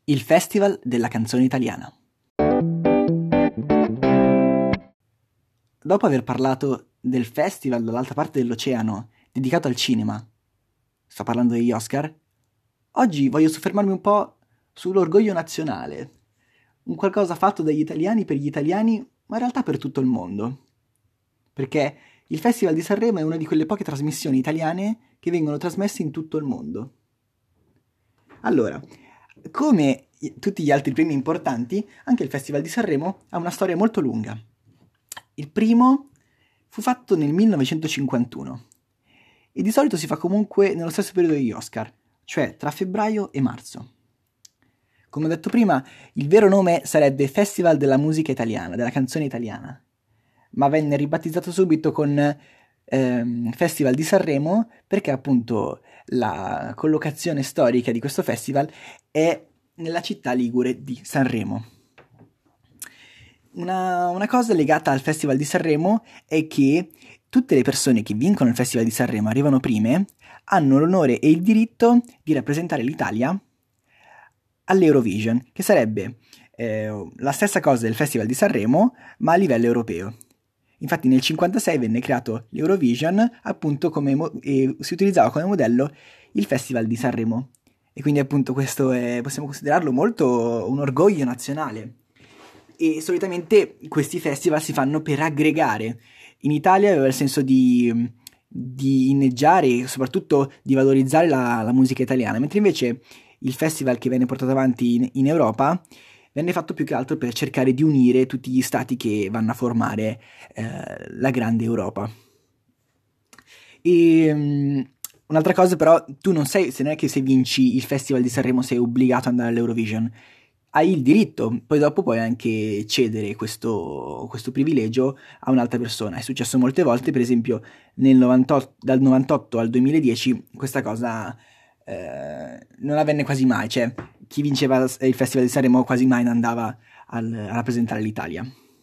Il Festival della canzone italiana. Dopo aver parlato del festival dall'altra parte dell'oceano dedicato al cinema, sto parlando degli Oscar, oggi voglio soffermarmi un po' sull'orgoglio nazionale, un qualcosa fatto dagli italiani per gli italiani, ma in realtà per tutto il mondo. Perché il Festival di Sanremo è una di quelle poche trasmissioni italiane che vengono trasmesse in tutto il mondo. Allora, come tutti gli altri premi importanti, anche il Festival di Sanremo ha una storia molto lunga. Il primo fu fatto nel 1951 e di solito si fa comunque nello stesso periodo degli Oscar, cioè tra febbraio e marzo. Come ho detto prima, il vero nome sarebbe Festival della musica italiana, della canzone italiana, ma venne ribattezzato subito con Festival di Sanremo perché appunto la collocazione storica di questo festival è nella città ligure di Sanremo. Una cosa legata al Festival di Sanremo è che tutte le persone che vincono il Festival di Sanremo, arrivano prime, hanno l'onore e il diritto di rappresentare l'Italia all'Eurovision, che sarebbe la stessa cosa del Festival di Sanremo, ma a livello europeo. Infatti nel 1956 venne creato l'Eurovision appunto e si utilizzava come modello il Festival di Sanremo. E quindi appunto questo possiamo considerarlo molto un orgoglio nazionale. E solitamente questi festival si fanno per aggregare. In Italia aveva il senso di inneggiare e soprattutto di valorizzare la musica italiana, mentre invece il festival che venne portato avanti in Europa venne fatto più che altro per cercare di unire tutti gli stati che vanno a formare la grande Europa. E un'altra cosa però, tu non è che se vinci il Festival di Sanremo sei obbligato ad andare all'Eurovision. Hai il diritto, poi dopo puoi anche cedere questo privilegio a un'altra persona. È successo molte volte, per esempio dal 98 al 2010 questa cosa non avvenne quasi mai, cioè chi vinceva il Festival di Sanremo quasi mai non andava a rappresentare l'Italia.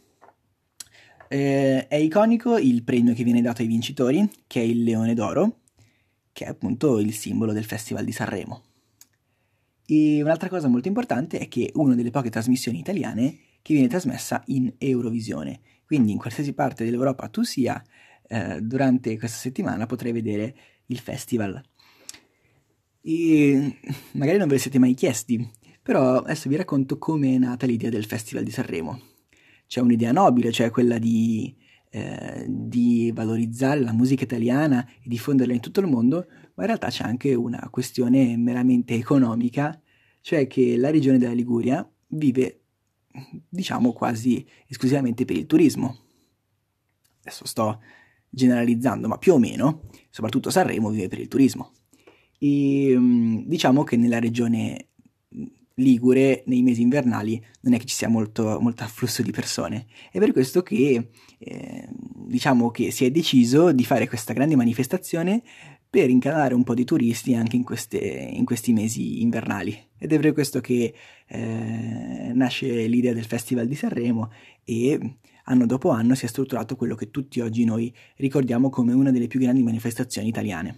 È iconico il premio che viene dato ai vincitori, che è il Leone d'Oro, che è appunto il simbolo del Festival di Sanremo. E un'altra cosa molto importante è che è una delle poche trasmissioni italiane che viene trasmessa in Eurovisione. Quindi in qualsiasi parte dell'Europa tu sia, durante questa settimana potrai vedere il festival. E magari non ve lo siete mai chiesti, però adesso vi racconto come è nata l'idea del Festival di Sanremo. C'è un'idea nobile, cioè quella di valorizzare la musica italiana e diffonderla in tutto il mondo, ma in realtà c'è anche una questione meramente economica, cioè che la regione della Liguria vive, diciamo, quasi esclusivamente per il turismo. Adesso sto generalizzando, ma più o meno, soprattutto Sanremo vive per il turismo. E diciamo che nella regione ligure, nei mesi invernali, non è che ci sia molto afflusso di persone. È per questo che diciamo che si è deciso di fare questa grande manifestazione per incanalare un po' di turisti anche in questi mesi invernali. Ed è per questo che nasce l'idea del Festival di Sanremo e anno dopo anno si è strutturato quello che tutti oggi noi ricordiamo come una delle più grandi manifestazioni italiane.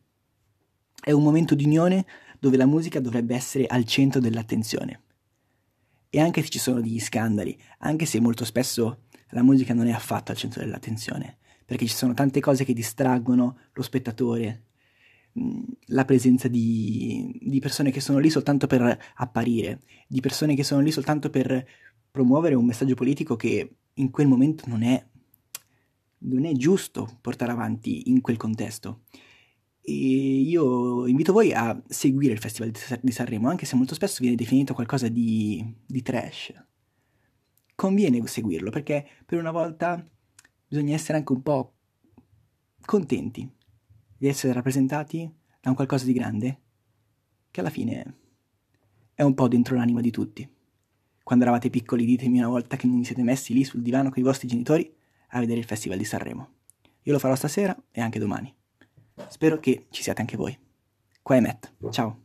È un momento di unione dove la musica dovrebbe essere al centro dell'attenzione. E anche se ci sono degli scandali, anche se molto spesso la musica non è affatto al centro dell'attenzione, perché ci sono tante cose che distraggono lo spettatore, la presenza di persone che sono lì soltanto per apparire, di persone che sono lì soltanto per promuovere un messaggio politico che in quel momento non è giusto portare avanti in quel contesto. E io invito voi a seguire il Festival di Sanremo, anche se molto spesso viene definito qualcosa di trash. Conviene seguirlo, perché per una volta bisogna essere anche un po' contenti di essere rappresentati da un qualcosa di grande, che alla fine è un po' dentro l'anima di tutti. Quando eravate piccoli, ditemi una volta che non vi siete messi lì sul divano con i vostri genitori a vedere il Festival di Sanremo. Io lo farò stasera e anche domani. Spero che ci siate anche voi. Qua è Matt. Ciao.